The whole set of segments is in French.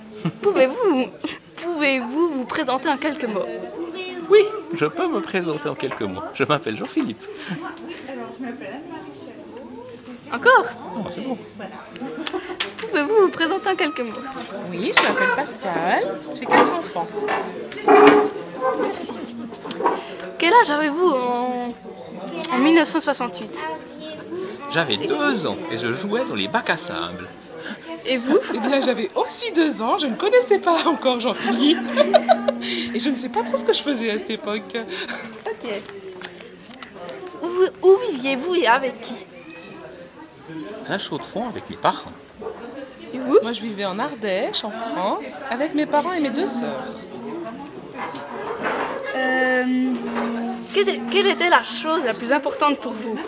Pouvez-vous vous présenter en quelques mots? Oui, je peux me présenter en quelques mots. Je m'appelle Jean-Philippe. Encore? Non, c'est bon. Pouvez-vous vous présenter en quelques mots? Oui, je m'appelle Pascal, j'ai 4 enfants. Quel âge avez-vous en 1968? J'avais 2 ans et je jouais dans les bacs à sable. Et vous? Eh bien, j'avais aussi 2 ans, je ne connaissais pas encore Jean-Philippe. Et je ne sais pas trop ce que je faisais à cette époque. Ok. Où viviez-vous et avec qui? Un chaud de fond avec mes parents. Et vous? Moi, je vivais en Ardèche, en France, avec mes parents et mes 2 sœurs. Quelle était la chose la plus importante pour vous?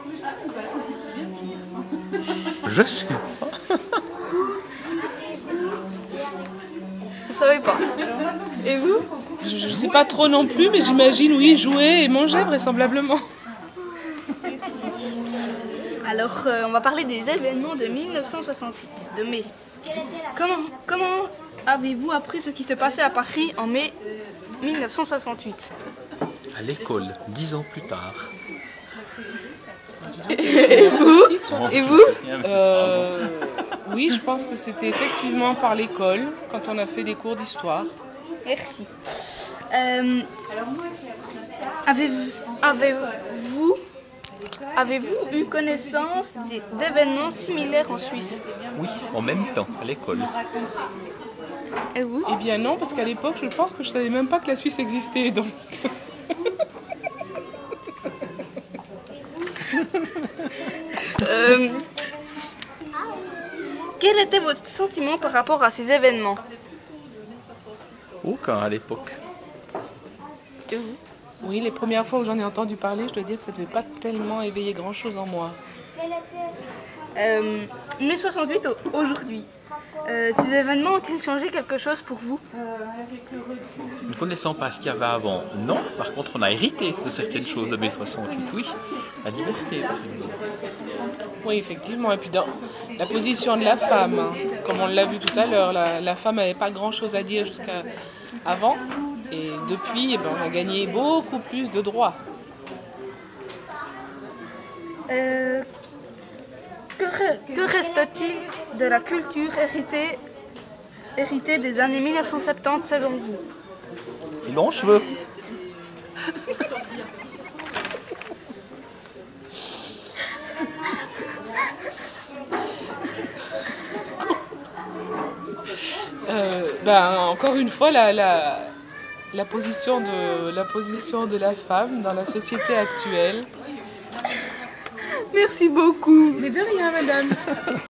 Je sais. Vous savez pas. Et vous? Je ne sais pas trop non plus, mais j'imagine, oui, jouer et manger vraisemblablement. Alors, on va parler des événements de 1968, de mai. Comment avez-vous appris ce qui se passait à Paris en mai 1968? À l'école, 10 ans plus tard. Et vous? Et vous? Oui, je pense que c'était effectivement par l'école, quand on a fait des cours d'histoire. Merci. Avez-vous eu connaissance d'événements similaires en Suisse? Oui, en même temps, à l'école. Et vous? Eh bien non, parce qu'à l'époque, je pense que je ne savais même pas que la Suisse existait, donc... Quel était votre sentiment par rapport à ces événements? Aucun à l'époque. Et vous? Oui, les premières fois où j'en ai entendu parler, je dois dire que ça ne devait pas tellement éveiller grand-chose en moi. Mai 68 aujourd'hui. Ces événements ont-ils changé quelque chose pour vous? Ne connaissant pas ce qu'il y avait avant, non. Par contre, on a hérité de certaines choses de mai 68, oui. La liberté, par exemple. Oui, effectivement. Et puis dans la position de la femme, hein, comme on l'a vu tout à l'heure, la femme n'avait pas grand-chose à dire jusqu'à avant. Et depuis, on a gagné beaucoup plus de droits. Que reste-t-il de la culture héritée des années 1970 selon vous? Les longs cheveux. Encore une fois, la position de la femme dans la société actuelle. Merci beaucoup. Mais de rien, madame.